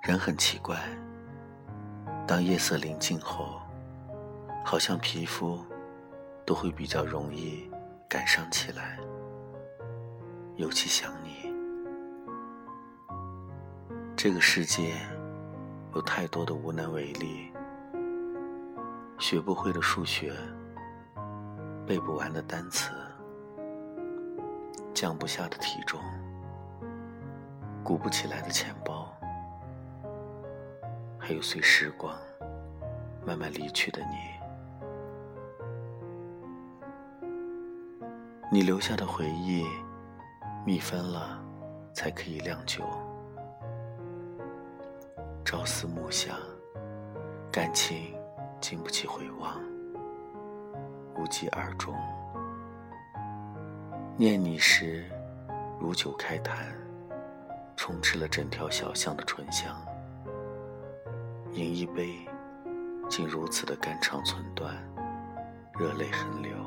人很奇怪，当夜色临近后，好像皮肤都会比较容易感伤起来，尤其想你。这个世界有太多的无能为力，学不会的数学，背不完的单词，降不下的体重，鼓不起来的钱包，还有随时光慢慢离去的你。你留下的回忆，蜜分了才可以酿酒，朝思暮想，感情经不起回望，无疾而终。念你时如酒开坛，充斥了整条小巷的醇香。饮一杯，竟如此的肝肠寸断，热泪横流。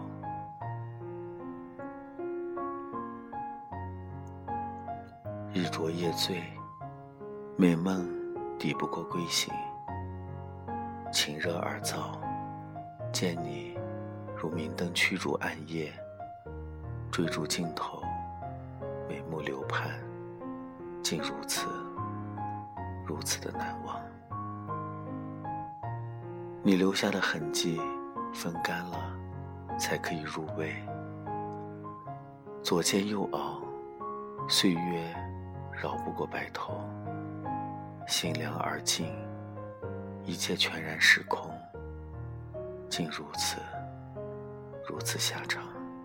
日灼夜醉，美梦抵不过归醒。情热而燥，见你如明灯驱逐暗夜，追逐尽头，眉目流盼，竟如此的难忘。你留下的痕迹风干了才可以入味，左肩右熬，岁月绕不过白头，心凉而静，一切全然失空，竟如此下场。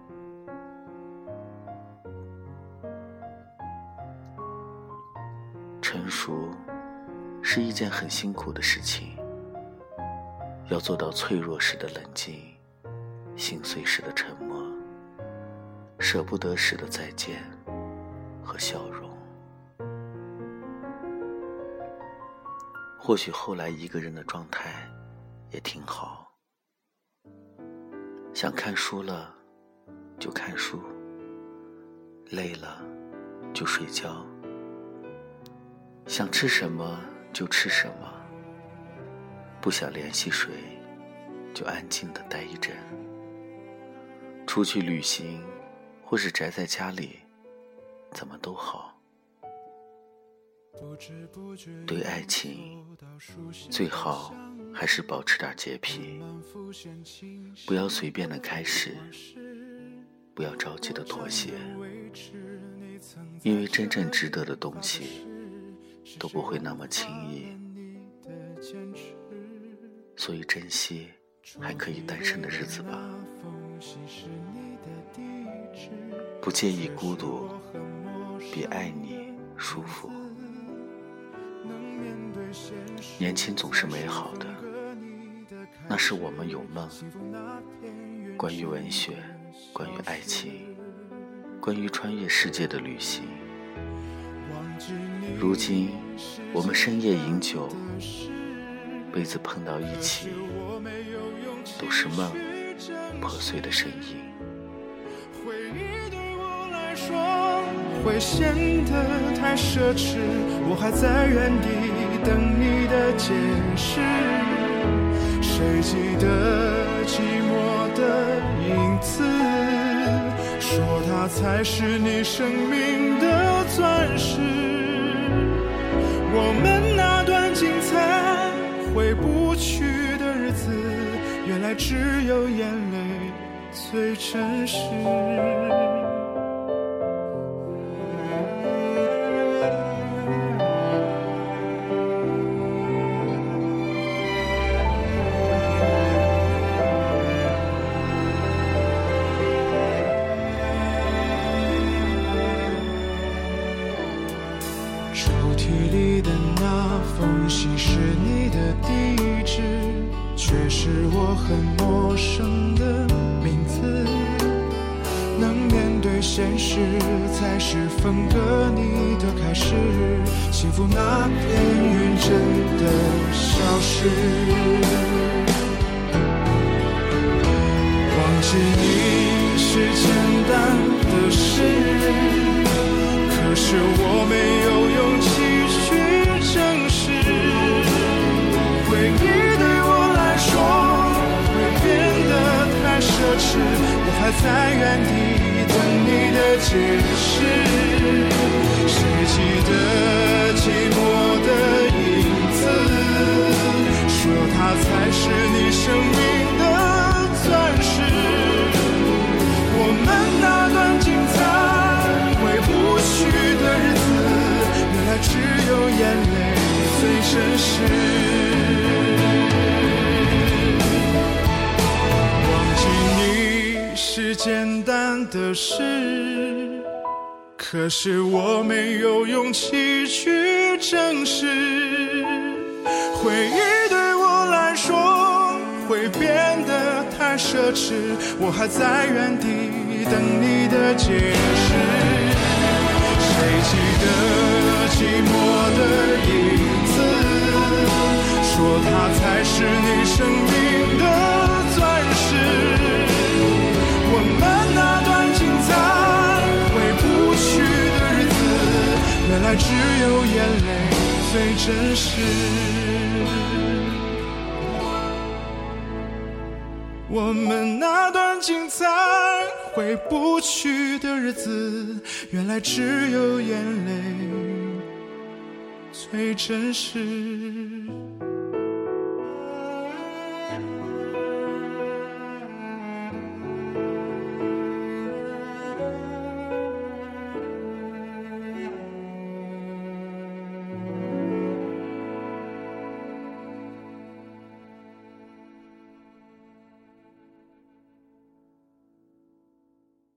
成熟是一件很辛苦的事情，要做到脆弱时的冷静，心碎时的沉默，舍不得时的再见和笑容。或许后来一个人的状态也挺好，想看书了就看书，累了就睡觉，想吃什么就吃什么，不想联系谁就安静地待一阵。出去旅行或是宅在家里，怎么都好。对爱情最好还是保持点洁癖，不要随便的开始，不要着急的妥协，因为真正值得的东西都不会那么轻易，所以珍惜还可以单身的日子吧。不介意孤独，比爱你舒服。年轻总是美好的，那是我们有梦，关于文学，关于爱情，关于穿越世界的旅行。如今我们深夜饮酒，杯子碰到一起，都是梦破碎的声音。 回忆对我来说会显得太奢侈，我还在原地等你的解释。谁记得寂寞的影子，说它才是你生命的钻石。我们那段精彩回不去的日子，原来只有眼泪最真实。抽屉里的那封信是你的地址，却是我很陌生的名字。能面对现实，才是分割你的开始。幸福那片云真的消失，忘记你是简单的事，可是我没有勇气去证实。 解释。谁记得寂寞的影子，说它才是你生命的钻石。我们那段精彩回不去的日子，原来只有眼泪最真实。是简单的事，可是我没有勇气去正视。回忆对我来说会变得太奢侈，我还在原地等你的解释。谁记得寂寞的影子，说它才是你生命的钻石。我们那段精彩回不去的日子，原来只有眼泪最真实。我们那段精彩回不去的日子，原来只有眼泪最真实。